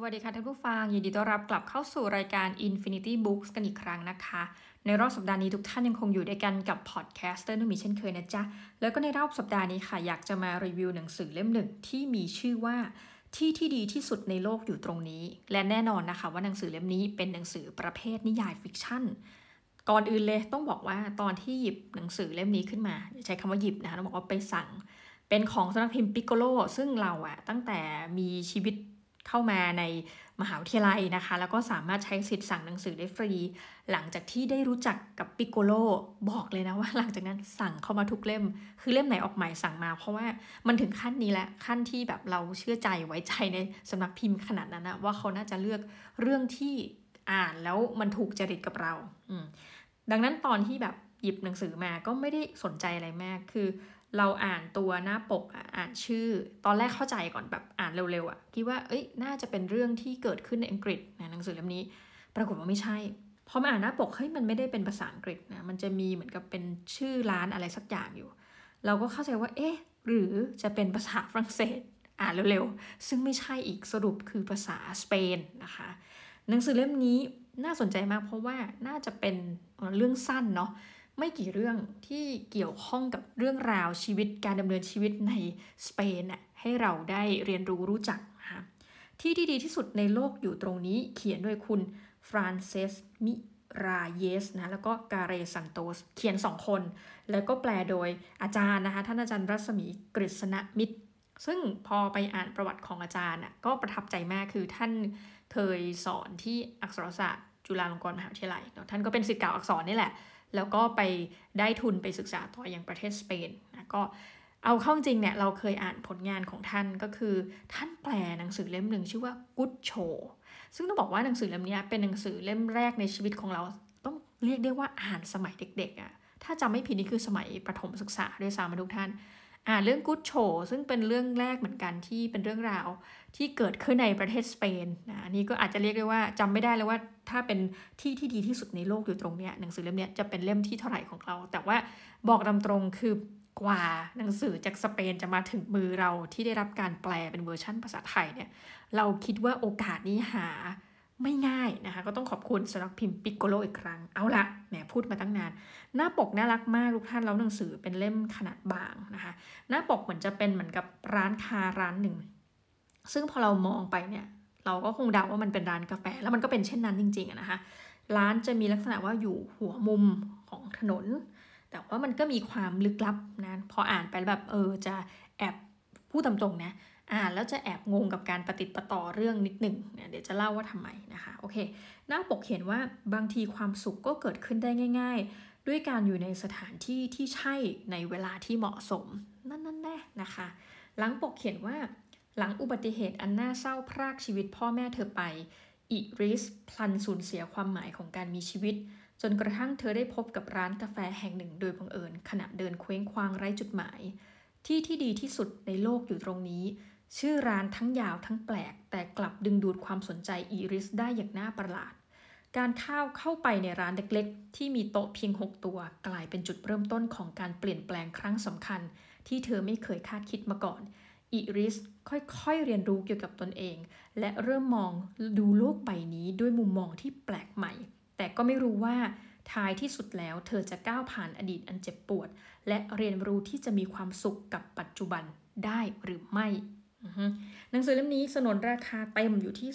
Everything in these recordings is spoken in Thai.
วัสดีค่ะท่านผู้ฟังยินดีต้อนรับกลับเข้าสู่รายการ Infinity Books กันอีกครั้งนะคะในรอบสัปดาห์นี้ทุกท่านยังคงอยู่ด้วยกันกับพอดแคสเตอร์นุ่มมีเช่นเคยนะจ๊ะแล้วก็ในรอบสัปดาห์นี้ค่ะอยากจะมารีวิวหนังสือเล่มหนึ่งที่มีชื่อว่าที่ดีที่สุดในโลกอยู่ตรงนี้และแน่นอนนะคะว่าหนังสือเล่มนี้เป็นหนังสือประเภทนิยายฟิกชั่นก่อนอื่นเลยต้องบอกว่าตอนที่หยิบหนังสือเล่มนี้ขึ้นมาใช้คำว่าหยิบนะคะต้องบอกว่าไปสั่งเป็นของสำนักพิมพ์ปิกโกโลซึ่งเราตั้งแต่มีชีวิตเข้ามาในมหาวิทยาลัยนะคะแล้วก็สามารถใช้สิทธิ์สั่งหนังสือได้ฟรีหลังจากที่ได้รู้จักกับปิกโกโลบอกเลยนะว่าหลังจากนั้นสั่งเข้ามาทุกเล่มคือเล่มไหนออกใหม่สั่งมาเพราะว่ามันถึงขั้นนี้แล้วขั้นที่แบบเราเชื่อใจไว้ใจในสำนักพิมพ์ขนาดนั้นนะว่าเขาน่าจะเลือกเรื่องที่อ่านแล้วมันถูกจริตกับเราดังนั้นตอนที่แบบหยิบหนังสือมาก็ไม่ได้สนใจอะไรมากคือเราอ่านตัวหน้าปกอ่านชื่อตอนแรกเข้าใจก่อนแบบอ่านเร็วๆคิดว่าน่าจะเป็นเรื่องที่เกิดขึ้นในอังกฤษนะหนังสือเล่มนี้ปรากฏว่าไม่ใช่พอมาอ่านหน้าปกมันไม่ได้เป็นภาษาอังกฤษนะมันจะมีเหมือนกับเป็นชื่อร้านอะไรสักอย่างอยู่เราก็เข้าใจว่าหรือจะเป็นภาษาฝรั่งเศสอ่านเร็วๆซึ่งไม่ใช่อีกสรุปคือภาษาสเปนนะคะหนังสือเล่มนี้น่าสนใจมากเพราะว่าน่าจะเป็นเรื่องสั้นเนาะไม่กี่เรื่องที่เกี่ยวข้องกับเรื่องราวชีวิตการดำเนินชีวิตในสเปนให้เราได้เรียนรู้จักนะคะที่ดีที่สุดในโลกอยู่ตรงนี้เขียนโดยคุณฟรานเซสมิราเยสนะแล้วก็กาเรซันโตสเขียน2คนแล้วก็แปลโดยอาจารย์นะคะท่านอาจารย์รัศมีกฤษณมิตรซึ่งพอไปอ่านประวัติของอาจารย์ก็ประทับใจมากคือท่านเคยสอนที่อักษรศาสตร์จุฬาลงกรณ์มหาวิทยาลัยท่านก็เป็นศิษย์เก่าอักษรนี่แหละแล้วก็ไปได้ทุนไปศึกษาต่อยังประเทศสเปนนะก็เอาเข้าจริงเนี่ยเราเคยอ่านผลงานของท่านก็คือท่านแปลหนังสือเล่มหนึ่งชื่อว่า Good Show ซึ่งต้องบอกว่าหนังสือเล่มนี้เป็นหนังสือเล่มแรกในชีวิตของเราต้องเรียกได้ว่าอ่านสมัยเด็กๆถ้าจำไม่ผิดนี่คือสมัยประถมศึกษาด้วยซ้ำทุกท่านอ่านเรื่อง Good Show ซึ่งเป็นเรื่องแรกเหมือนกันที่เป็นเรื่องราวที่เกิดขึ้นในประเทศสเปนนะนี่ก็อาจจะเรียกได้ว่าจำไม่ได้เลยว่าถ้าเป็นที่ดีที่สุดในโลกอยู่ตรงเนี้ยหนังสือเล่มนี้จะเป็นเล่มที่เท่าไหร่ของเราแต่ว่าบอกตามตรงคือกว่าหนังสือจากสเปนจะมาถึงมือเราที่ได้รับการแปลเป็นเวอร์ชั่นภาษาไทยเนี่ยเราคิดว่าโอกาสนี้หาไม่ง่ายนะคะก็ต้องขอบคุณสำนักพิมพ์ปิกโกโลอีกครั้งเอาละแหมพูดมาตั้งนานหน้าปกน่ารักมากทุกท่านแล้วหนังสือเป็นเล่มขนาดบางนะคะหน้าปกเหมือนจะเป็นเหมือนกับร้านค้าร้านหนึ่งซึ่งพอเรามองไปเนี่ยเราก็คงเดาว่ามันเป็นร้านกาแฟแล้วมันก็เป็นเช่นนั้นจริงๆนะคะร้านจะมีลักษณะว่าอยู่หัวมุมของถนนแต่ว่ามันก็มีความลึกลับนะพออ่านไปแบบจะแอบพูดตามตรงนะอ่านแล้วจะแอบงงกับการปฏิติดประต่อเรื่องนิดหนึ่งเดี๋ยวจะเล่าว่าทำไมนะคะโอเคหน้าปกเขียนว่าบางทีความสุขก็เกิดขึ้นได้ง่ายๆด้วยการอยู่ในสถานที่ที่ใช่ในเวลาที่เหมาะสมนั่นแน่นะคะหลังปกเขียนว่าหลังอุบัติเหตุอันน่าเศร้าพรากชีวิตพ่อแม่เธอไปอิริสพลันสูญเสียความหมายของการมีชีวิตจนกระทั่งเธอได้พบกับร้านกาแฟแห่งหนึ่งโดยบังเอิญขณะเดินเคว้งคว้างไร้จุดหมายที่ดีที่สุดในโลกอยู่ตรงนี้ชื่อร้านทั้งยาวทั้งแปลกแต่กลับดึงดูดความสนใจอิริสได้อย่างน่าประหลาดการเข้าไปในร้านเล็กๆที่มีโต๊ะเพียง6ตัวกลายเป็นจุดเริ่มต้นของการเปลี่ยนแปลงครั้งสำคัญที่เธอไม่เคยคาดคิดมาก่อนอิริสค่อยๆเรียนรู้เกี่ยวกับตนเองและเริ่มมองดูโลกใบนี้ด้วยมุมมองที่แปลกใหม่แต่ก็ไม่รู้ว่าท้ายที่สุดแล้วเธอจะก้าวผ่านอดีตอันเจ็บปวดและเรียนรู้ที่จะมีความสุขกับปัจจุบันได้หรือไม่หนังสือเล่มนี้สนนราคาเต็มอยู่ที่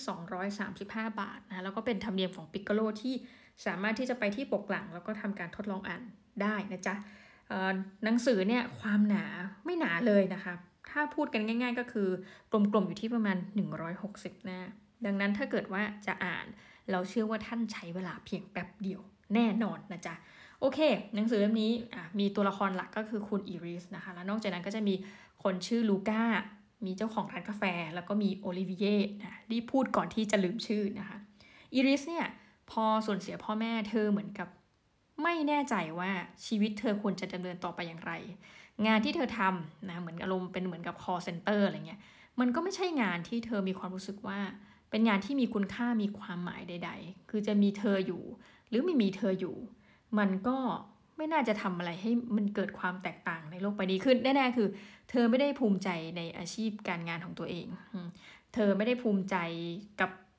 235 บาทนะแล้วก็เป็นธรรมเนียมของปิกโกโลที่สามารถที่จะไปที่ปกหลังแล้วก็ทำการทดลองอ่านได้นะจ๊ะหนังสือเนี่ยความหนาไม่หนาเลยนะคะถ้าพูดกันง่ายๆก็คือกลมๆอยู่ที่ประมาณ160 หน้าดังนั้นถ้าเกิดว่าจะอ่านเราเชื่อว่าท่านใช้เวลาเพียงแป๊บเดียวแน่นอนนะจ๊ะโอเคหนังสือเล่มนี้มีตัวละครหลักก็คือคุณอิริสนะคะแล้วนอกจากนั้นก็จะมีคนชื่อลูก้ามีเจ้าของร้านกาแฟแล้วก็มีโอลิเวียนะรีบพูดก่อนที่จะลืมชื่อนะคะอิริสเนี่ยพอสูญเสียพ่อแม่เธอเหมือนกับไม่แน่ใจว่าชีวิตเธอควรจะดำเนินต่อไปอย่างไรงานที่เธอทำนะเหมือนอารมณ์เป็นเหมือนกับ call center อะไรเงี้ยมันก็ไม่ใช่งานที่เธอมีความรู้สึกว่าเป็นงานที่มีคุณค่ามีความหมายใดๆคือจะมีเธออยู่หรือไม่มีเธออยู่มันก็ไม่น่าจะทำอะไรให้มันเกิดความแตกต่างในโลกใบนี้ขึ้นแน่ๆคือเธอไม่ได้ภูมิใจในอาชีพการงานของตัวเองเธอไม่ได้ภูมิใจกับ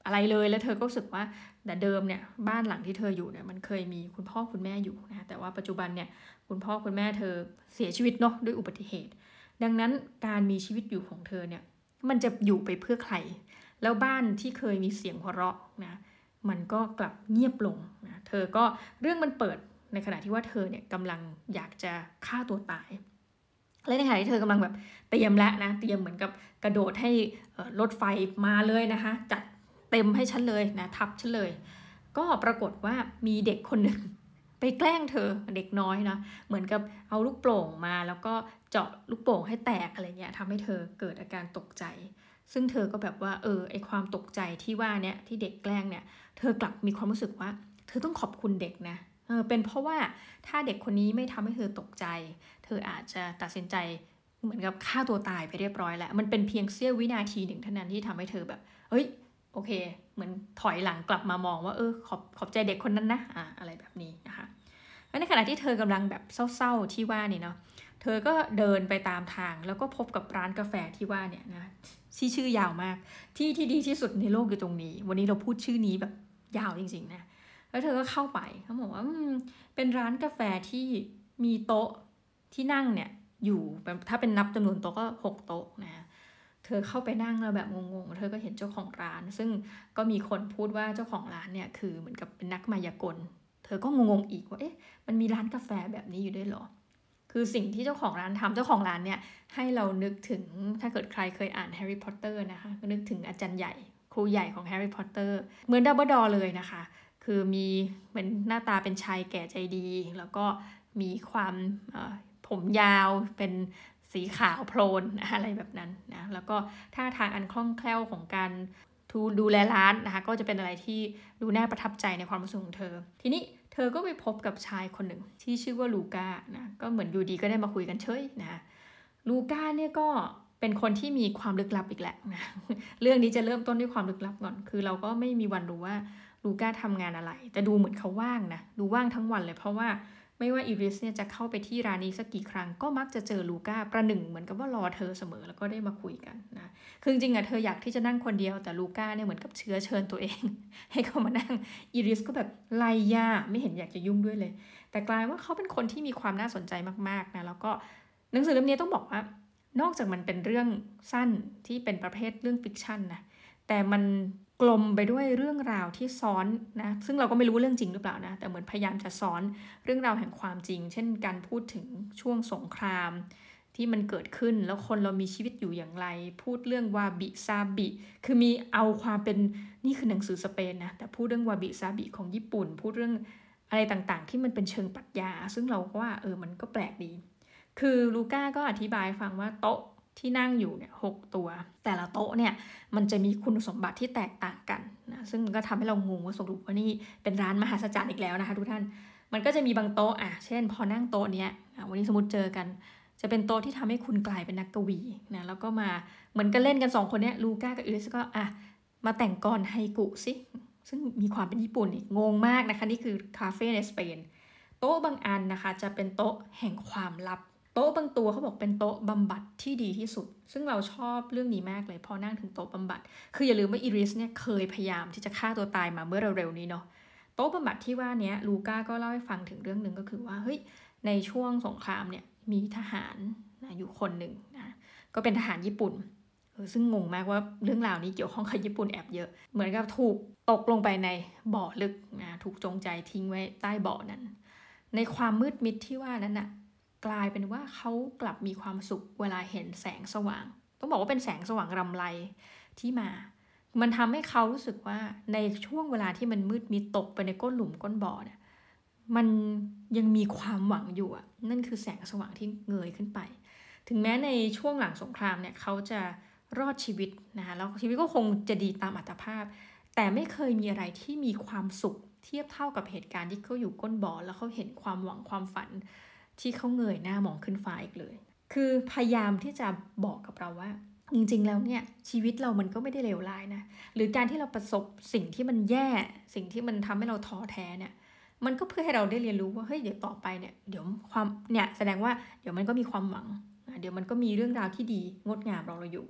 อะไรเลยแล้วเธอก็รู้สึกว่าแต่เดิมเนี่ยบ้านหลังที่เธออยู่เนี่ยมันเคยมีคุณพ่อคุณแม่อยู่นะแต่ว่าปัจจุบันเนี่ยคุณพ่อคุณแม่เธอเสียชีวิตเนาะด้วยอุบัติเหตุดังนั้นการมีชีวิตอยู่ของเธอเนี่ยมันจะอยู่ไปเพื่อใครแล้วบ้านที่เคยมีเสียงหัวเราะนะมันก็กลับเงียบลงนะเธอก็เรื่องมันเปิดในขณะที่ว่าเธอเนี่ยกำลังอยากจะฆ่าตัวตายและในขณะที่เธอกำลังแบบเตรียมแล้วนะเตรียมเหมือนกับกระโดดให้รถไฟมาเลยนะคะจัดเต็มให้ฉันเลยนะทับฉันเลยก็ปรากฏว่ามีเด็กคนหนึ่งไปแกล้งเธอเด็กน้อยนะเหมือนกับเอาลูกโป่งมาแล้วก็เจาะลูกโป่งให้แตกอะไรเงี้ยทำให้เธอเกิดอาการตกใจซึ่งเธอก็แบบว่าไอความตกใจที่ว่าเนี่ยที่เด็กแกล้งเนี่ยเธอกลับมีความรู้สึกว่าเธอต้องขอบคุณเด็กนะเป็นเพราะว่าถ้าเด็กคนนี้ไม่ทำให้เธอตกใจเธออาจจะตัดสินใจเหมือนกับฆ่าตัวตายไปเรียบร้อยแล้วมันเป็นเพียงเสี้ยววินาทีหนึ่งเท่านั้นที่ทำให้เธอแบบเฮ้ยโอเคเหมือนถอยหลังกลับมามองว่าขอบใจเด็กคนนั้นนะอะไรแบบนี้นะคะแล้วในขณะที่เธอกำลังแบบเศร้าๆที่ว่านี่เนาะเธอก็เดินไปตามทางแล้วก็พบกับร้านกาแฟที่ว่าเนี่ยนะชื่อยาวมากที่ดีที่สุดในโลกอยู่ตรงนี้วันนี้เราพูดชื่อนี้แบบยาวจริงๆนะแล้วเธอก็เข้าไปเขาบอกว่าเป็นร้านกาแฟที่มีโต๊ะที่นั่งเนี่ยอยู่แบบถ้าเป็นนับจำนวนโต๊ะก็6โต๊ะนะเธอเข้าไปนั่งแล้วแบบงงๆเธอก็เห็นเจ้าของร้านซึ่งก็มีคนพูดว่าเจ้าของร้านเนี่ยคือเหมือนกับเป็นนักมายากลเธอก็งงๆอีกว่ามันมีร้านกาแฟแบบนี้อยู่ด้วยเหรอคือสิ่งที่เจ้าของร้านทำเจ้าของร้านเนี่ยให้เรานึกถึงถ้าเกิดใครเคยอ่านแฮร์รี่พอตเตอร์นะคะก็นึกถึงอาจารย์ใหญ่ครูใหญ่ของแฮร์รี่พอตเตอร์เหมือนดัมเบิลดอร์เลยนะคะคือมีเหมือนหน้าตาเป็นชายแก่ใจดีแล้วก็มีความผมยาวเป็นสีขาวโพลนอะไรแบบนั้นนะแล้วก็ท่าทางอันคล่องแคล่วของการดูแลร้านนะคะก็จะเป็นอะไรที่ดูน่าประทับใจในความรู้สึกของเธอทีนี้เธอก็ไปพบกับชายคนหนึ่งที่ชื่อว่าลูก้านะก็เหมือนอยู่ดีก็ได้มาคุยกันเฉยนะลูก้าเนี่ยก็เป็นคนที่มีความลึกลับอีกแหละนะเรื่องนี้จะเริ่มต้นด้วยความลึกลับก่อนคือเราก็ไม่มีวันรู้ว่าลูก้าทำงานอะไรแต่ดูเหมือนเขาว่างนะดูว่างทั้งวันเลยเพราะว่าไม่ว่าอีริสเนี่ยจะเข้าไปที่ร้านนี้สักกี่ครั้งก็มักจะเจอลูก้าประหนึ่งเหมือนกับว่ารอเธอเสมอแล้วก็ได้มาคุยกันนะคือจริงๆเธออยากที่จะนั่งคนเดียวแต่ลูก้าเนี่ยเหมือนกับเชื้อเชิญตัวเองให้เขามานั่งอีริสก็แบบไล่ย่าไม่เห็นอยากจะยุ่งด้วยเลยแต่กลายว่าเขาเป็นคนที่มีความน่าสนใจมากๆนะแล้วก็หนังสือเล่มนี้ต้องบอกว่านอกจากมันเป็นเรื่องสั้นที่เป็นประเภทเรื่องฟิกชันนะแต่มันกลมไปด้วยเรื่องราวที่ซ้อนนะซึ่งเราก็ไม่รู้เรื่องจริงหรือเปล่านะแต่เหมือนพยายามจะซ้อนเรื่องราวแห่งความจริงเช่นการพูดถึงช่วงสงครามที่มันเกิดขึ้นแล้วคนเรามีชีวิตอยู่อย่างไรพูดเรื่องวาบิซาบิคือมีเอาความเป็นนี่คือหนังสือสเปนนะแต่พูดเรื่องวาบิซาบิของญี่ปุ่นพูดเรื่องอะไรต่างๆที่มันเป็นเชิงปรัชญาซึ่งเราก็ว่ามันก็แปลกดีคือลูก้าก็อธิบายฟังว่าโต๊ะที่นั่งอยู่เนี่ย6ตัวแต่ละโต๊ะเนี่ยมันจะมีคุณสมบัติที่แตกต่างกันนะซึ่งมันก็ทำให้เรางงว่าสรุปว่านี่เป็นร้านมหัศจรรย์อีกแล้วนะคะทุกท่านมันก็จะมีบางโต๊ะเช่นพอนั่งโต๊ะเนี้ยวันนี้สมมติเจอกันจะเป็นโต๊ะที่ทำให้คุณกลายเป็นนักกวีนะแล้วก็มาเหมือนกันเล่นกัน2คนเนี้ยลูก้ากับอิริสก็มาแต่งกลไฮกุสิซึ่งมีความเป็นญี่ปุ่นอีกงงมากนะคะนี่คือคาเฟ่ในสเปนโต๊ะบางอันนะคะจะเป็นโต๊ะแห่งความลับโต๊ะบางตัวเขาบอกเป็นโต๊ะบำบัดที่ดีที่สุดซึ่งเราชอบเรื่องนี้มากเลยพอนั่งถึงโต๊ะบำบัดคืออย่าลืมว่าอิริสเนี่ยเคยพยายามที่จะฆ่าตัวตายมาเมื่อเร็วๆนี้เนาะโต๊ะบำบัดที่ว่านี้ลูก้าก็เล่าให้ฟังถึงเรื่องนึงก็คือว่าเฮ้ยในช่วงสงครามเนี่ยมีทหารนะอยู่คนหนึ่งนะก็เป็นทหารญี่ปุ่นซึ่งงงมากว่าเรื่องราวนี้เกี่ยวข้องกับญี่ปุ่นแอบเยอะเหมือนกับถูกตกลงไปในบ่อลึกนะถูกจงใจทิ้งไว้ใต้บ่อนั้นในความมืดมิดที่ว่านั้นน่ะกลายเป็นว่าเขากลับมีความสุขเวลาเห็นแสงสว่างต้องบอกว่าเป็นแสงสว่างรำไรที่มามันทำให้เขารู้สึกว่าในช่วงเวลาที่มันมืดมิดตกไปในก้นหลุมก้นบ่อเนี่ยมันยังมีความหวังอยู่นั่นคือแสงสว่างที่เงยขึ้นไปถึงแม้ในช่วงหลังสงครามเนี่ยเขาจะรอดชีวิตนะคะแล้วชีวิตก็คงจะดีตามอัตภาพแต่ไม่เคยมีอะไรที่มีความสุขเทียบเท่ากับเหตุการณ์ที่เขาอยู่ก้นบ่อแล้วเขาเห็นความหวังความฝันที่เขาเงยหน้ามองขึ้นฟ้าอีกเลยคือพยายามที่จะบอกกับเราว่าจริงๆแล้วเนี่ยชีวิตเรามันก็ไม่ได้เลวร้ายนะหรือการที่เราประสบสิ่งที่มันแย่สิ่งที่มันทำให้เราท้อแท้เนี่ยมันก็เพื่อให้เราได้เรียนรู้ว่าเฮ้ยเดี๋ยวต่อไปเนี่ยเดี๋ยวความเนี่ยแสดงว่าเดี๋ยวมันก็มีความหวังเดี๋ยวมันก็มีเรื่องราวที่ดีงดงามรอเราอยู่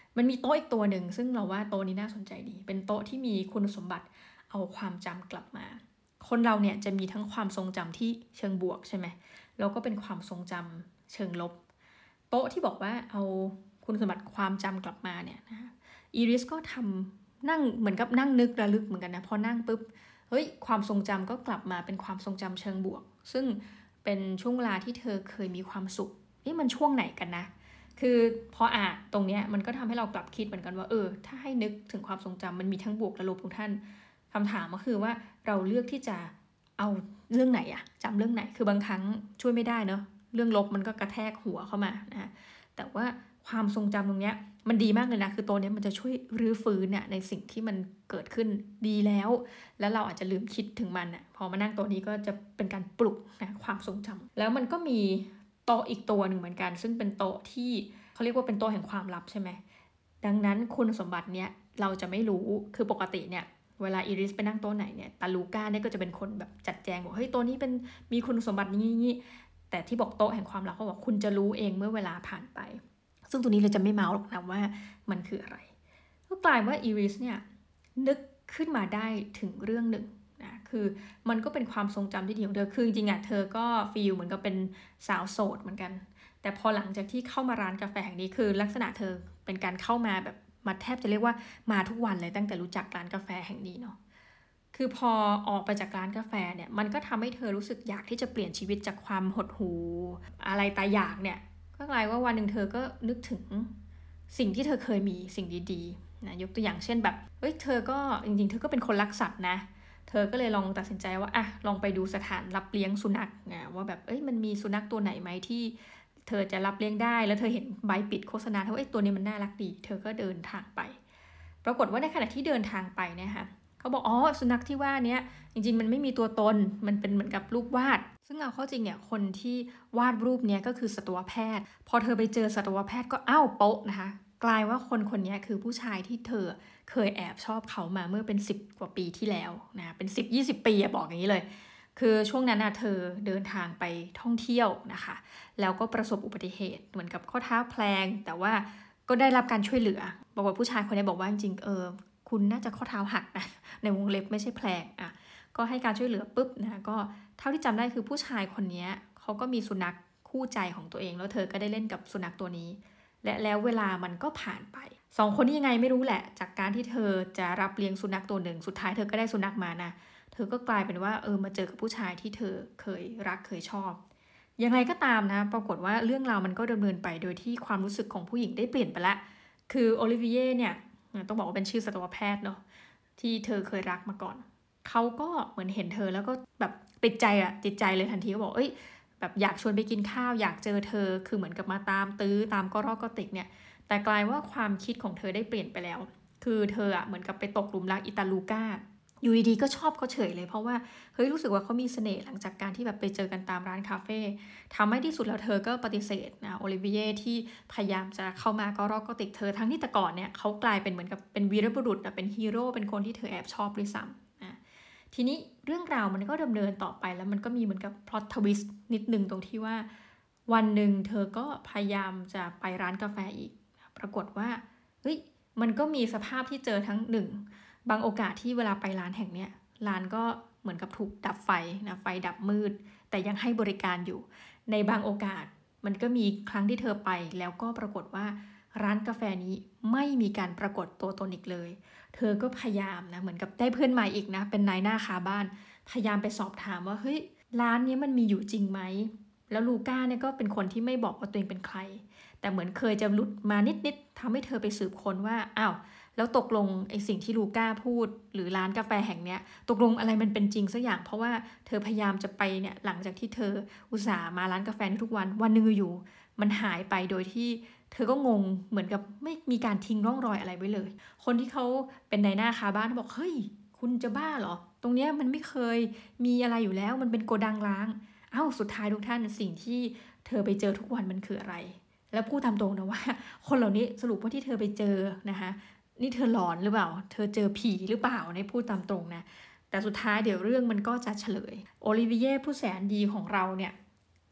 มันมีโต๊ะอีกตัวหนึ่งซึ่งเราว่าโต๊ะนี้น่าสนใจดีเป็นโต๊ะที่มีคุณสมบัติเอาความจำกลับมาคนเราเนี่ยจะมีทั้งความทรงจำที่เชิงบวกใช่ไหมแล้วก็เป็นความทรงจำเชิงลบโต๊ะที่บอกว่าเอาคุณสมบัติความจำกลับมาเนี่ยนะอีริสก็ทำนั่งเหมือนกับนั่งนึกระลึกเหมือนกันนะพอนั่งปุ๊บเฮ้ยความทรงจำก็กลับมาเป็นความทรงจำเชิงบวกซึ่งเป็นช่วงเวลาที่เธอเคยมีความสุขนี่มันช่วงไหนกันนะคือพออ่านตรงเนี้ยมันก็ทำให้เรากลับคิดเหมือนกันว่าถ้าให้นึกถึงความทรงจำมันมีทั้งบวกและลบทุกท่านคำถามก็คือว่าเราเลือกที่จะเอาเรื่องไหนอะจำเรื่องไหนคือบางครั้งช่วยไม่ได้เนาะเรื่องลบมันก็กระแทกหัวเข้ามานะแต่ว่าความทรงจำตรงเนี้ยมันดีมากเลยนะคือตัวนี้มันจะช่วยรื้อฟื้นเนี่ยในสิ่งที่มันเกิดขึ้นดีแล้วเราอาจจะลืมคิดถึงมันอะพอมานั่งตัวนี้ก็จะเป็นการปลุกนะความทรงจำแล้วมันก็มีโต๊ะอีกตัวหนึ่งเหมือนกันซึ่งเป็นโต๊ะที่เขาเรียกว่าเป็นโต๊ะแห่งความลับใช่ไหมดังนั้นคุณสมบัติเนี้ยเราจะไม่รู้คือปกติเนี่ยเวลาอีริสไปนั่งโต๊ะไหนเนี่ยตาลูก้าเนี่ยก็จะเป็นคนแบบจัดแจงบอกเฮ้ยโต๊ะนี้เป็นมีคุณสมบัตินี้แต่ที่บอกโต๊ะแห่งความลับเขาบอกคุณจะรู้เองเมื่อเวลาผ่านไปซึ่งตัวนี้เราจะไม่เมาหรอกนะว่ามันคืออะไรก็กลายว่าอีริสเนี่ยนึกขึ้นมาได้ถึงเรื่องหนึ่งนะคือมันก็เป็นความทรงจำที่ดีของเธอคือจริงๆเธอก็ฟีลเหมือนกับเป็นสาวโสดเหมือนกันแต่พอหลังจากที่เข้ามาร้านกาแฟแห่งนี้คือลักษณะเธอเป็นการเข้ามาแบบมาแทบจะเรียกว่ามาทุกวันเลยตั้งแต่รู้จักร้านกาแฟแห่งนี้เนาะคือพอออกไปจากร้านกาแฟเนี่ยมันก็ทำให้เธอรู้สึกอยากที่จะเปลี่ยนชีวิตจากความหดหู่อะไรตายอยากเนี่ยก็กลายว่าวันหนึ่งเธอก็นึกถึงสิ่งที่เธอเคยมีสิ่งดีๆนะยกตัวอย่างเช่นแบบเธอก็จริงๆเธอก็เป็นคนรักสัตว์นะเธอก็เลยลองตัดสินใจว่าลองไปดูสถานรับเลี้ยงสุนัขนะว่าแบบมันมีสุนัขตัวไหนไหมที่เธอจะรับเลี้ยงได้แล้วเธอเห็นใบปิดโฆษณาเธอว่าตัวนี้มันน่ารักดีเธอก็เดินทางไปปรากฏว่าในขณะที่เดินทางไปเนี่ยค่ะเขาบอกสุนัขที่ว่านี้จริงๆมันไม่มีตัวตนมันเป็นเหมือนกับรูปวาดซึ่งเอาเข้าจริงเนี่ยคนที่วาดรูปเนี้ยก็คือสัตวแพทย์พอเธอไปเจอสัตวแพทย์ก็โป๊ะนะคะกลายว่าคนนี้คือผู้ชายที่เธอเคยแอบชอบเขามาเมื่อเป็น10กว่าปีที่แล้วนะเป็น10-20 ปีบอกอย่างนี้เลยคือช่วงนั้นเธอเดินทางไปท่องเที่ยวนะคะแล้วก็ประสบอุบัติเหตุเหมือนกับข้อเท้าแพลงแต่ว่าก็ได้รับการช่วยเหลือบอกว่าผู้ชายคนนี้บอกว่าจริงๆคุณน่าจะข้อเท้าหักนะในวงเล็บไม่ใช่แพลงก็ให้การช่วยเหลือปุ๊บนะก็เท่าที่จำได้คือผู้ชายคนนี้เขาก็มีสุนัขคู่ใจของตัวเองแล้วเธอก็ได้เล่นกับสุนัขตัวนี้และแล้วเวลามันก็ผ่านไป2คนนี้ยังไงไม่รู้แหละจากการที่เธอจะรับเลี้ยงสุนัขตัวหนึ่งสุดท้ายเธอก็ได้สุนัขมานะเธอก็กลายเป็นว่ามาเจอกับผู้ชายที่เธอเคยรักเคยชอบอย่างไรก็ตามนะปรากฏว่าเรื่องราวมันก็ดำเนินไปโดยที่ความรู้สึกของผู้หญิงได้เปลี่ยนไปละคือโอลิเวียเนี่ยต้องบอกว่าเป็นชื่อสัตวแพทย์เนาะที่เธอเคยรักมาก่อนเขาก็เหมือนเห็นเธอแล้วก็แบบติดใจเลยทันทีก็บอกแบบอยากชวนไปกินข้าวอยากเจอเธอคือเหมือนกับมาตามตื้อตามก็รอกก็ติกเนี่ยแต่กลายว่าความคิดของเธอได้เปลี่ยนไปแล้วคือเธอเหมือนกับไปตกหลุมรักอิตาลูก้าอยู่ดีๆก็ชอบเขาเฉยเลยเพราะว่ารู้สึกว่าเขามีเสน่ห์หลังจากการที่แบบไปเจอกันตามร้านคาเฟ่ทำให้ที่สุดแล้วเธอก็ปฏิเสธนะโอลิเวียที่พยายามจะเข้ามาก็รอกก็ติกเธอทั้งที่แต่ก่อนเนี่ยเขากลายเป็นเหมือนกับเป็นวีรบุรุษเป็นฮีโร่เป็นคนที่เธอแอบชอบด้วยซ้ำทีนี้เรื่องราวมันก็ดำเนินต่อไปแล้วมันก็มีเหมือนกับพล็อตทวิสต์นิดนึงตรงที่ว่าวันหนึ่งเธอก็พยายามจะไปร้านกาแฟอีกปรากฏว่ามันก็มีสภาพที่เจอทั้งหนึ่งบางโอกาสที่เวลาไปร้านแห่งเนี้ยร้านก็เหมือนกับถูกดับไฟนะไฟดับมืดแต่ยังให้บริการอยู่ในบางโอกาสมันก็มีครั้งที่เธอไปแล้วก็ปรากฏว่าร้านกาแฟนี้ไม่มีการปรากฏตัวตนอีกเลยเธอก็พยายามนะเหมือนกับได้เพื่อนใหม่อีกนะเป็นนายหน้าคาบ้านพยายามไปสอบถามว่าร้านนี้มันมีอยู่จริงไหมแล้วลูก้าเนี่ยก็เป็นคนที่ไม่บอกว่าตัวเองเป็นใครแต่เหมือนเคยจะหลุดมานิดๆทำให้เธอไปสืบค้นว่าแล้วตกลงไอ้สิ่งที่ลูก้าพูดหรือร้านกาแฟแห่งเนี้ยตกลงอะไรมันเป็นจริงสักอย่างเพราะว่าเธอพยายามจะไปเนี่ยหลังจากที่เธออุตส่าห์มาร้านกาแฟทุกวันนึงอยู่มันหายไปโดยที่เธอก็งงเหมือนกับไม่มีการทิ้งร่องรอยอะไรไว้เลยคนที่เขาเป็นนายหน้าคาบ้านเขาบอกคุณจะบ้าเหรอตรงเนี้ยมันไม่เคยมีอะไรอยู่แล้วมันเป็นโกดังร้างสุดท้ายทุกท่านสิ่งที่เธอไปเจอทุกวันมันคืออะไรแล้วพูดตามตรงนะว่าคนเหล่านี้สรุปว่าที่เธอไปเจอนะคะนี่เธอหลอนหรือเปล่าเธอเจอผีหรือเปล่าในพูดตามตรงนะแต่สุดท้ายเดี๋ยวเรื่องมันก็จะเฉลยโอลิเวียผู้แสนดีของเราเนี่ย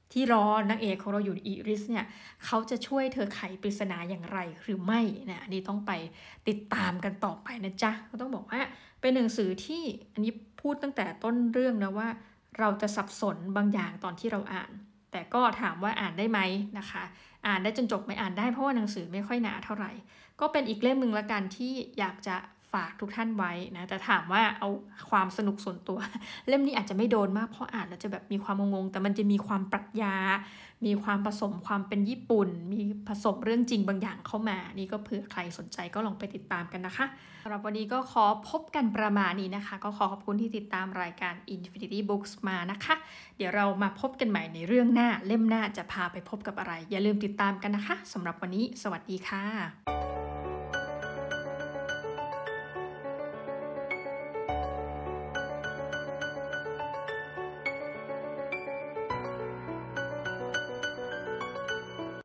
ที่รอนางเอกของเราอยู่อีริสเนี่ยเขาจะช่วยเธอไขปริศนาอย่างไรหรือไม่นะอันนี้ต้องไปติดตามกันต่อไปนะจ๊ะก็ต้องบอกว่าเป็นหนังสือที่อันนี้พูดตั้งแต่ต้นเรื่องนะว่าเราจะสับสนบางอย่างตอนที่เราอ่านแต่ก็ถามว่าอ่านได้ไหมนะคะอ่านได้จนจบไม่อ่านได้เพราะว่าหนังสือไม่ค่อยหนาเท่าไหร่ก็เป็นอีกเล่มหนึ่งละกันที่อยากจะฝากทุกท่านไว้นะแต่ถามว่าเอาความสนุกส่วนตัว เล่มนี้อาจจะไม่โดนมากเพราะอ่านแล้วจะแบบมีความงงๆแต่มันจะมีความปรัชญามีความผสมความเป็นญี่ปุ่นมีผสมเรื่องจริงบางอย่างเข้ามานี่ก็เผื่อใครสนใจก็ลองไปติดตามกันนะคะสำหรับวันนี้ก็ขอพบกันประมาณนี้นะคะก็ขอขอบคุณที่ติดตามรายการ Infinity Books มานะคะเดี๋ยวเรามาพบกันใหม่ในเรื่องหน้าเล่มหน้าจะพาไปพบกับอะไรอย่าลืมติดตามกันนะคะสำหรับวันนี้สวัสดีค่ะ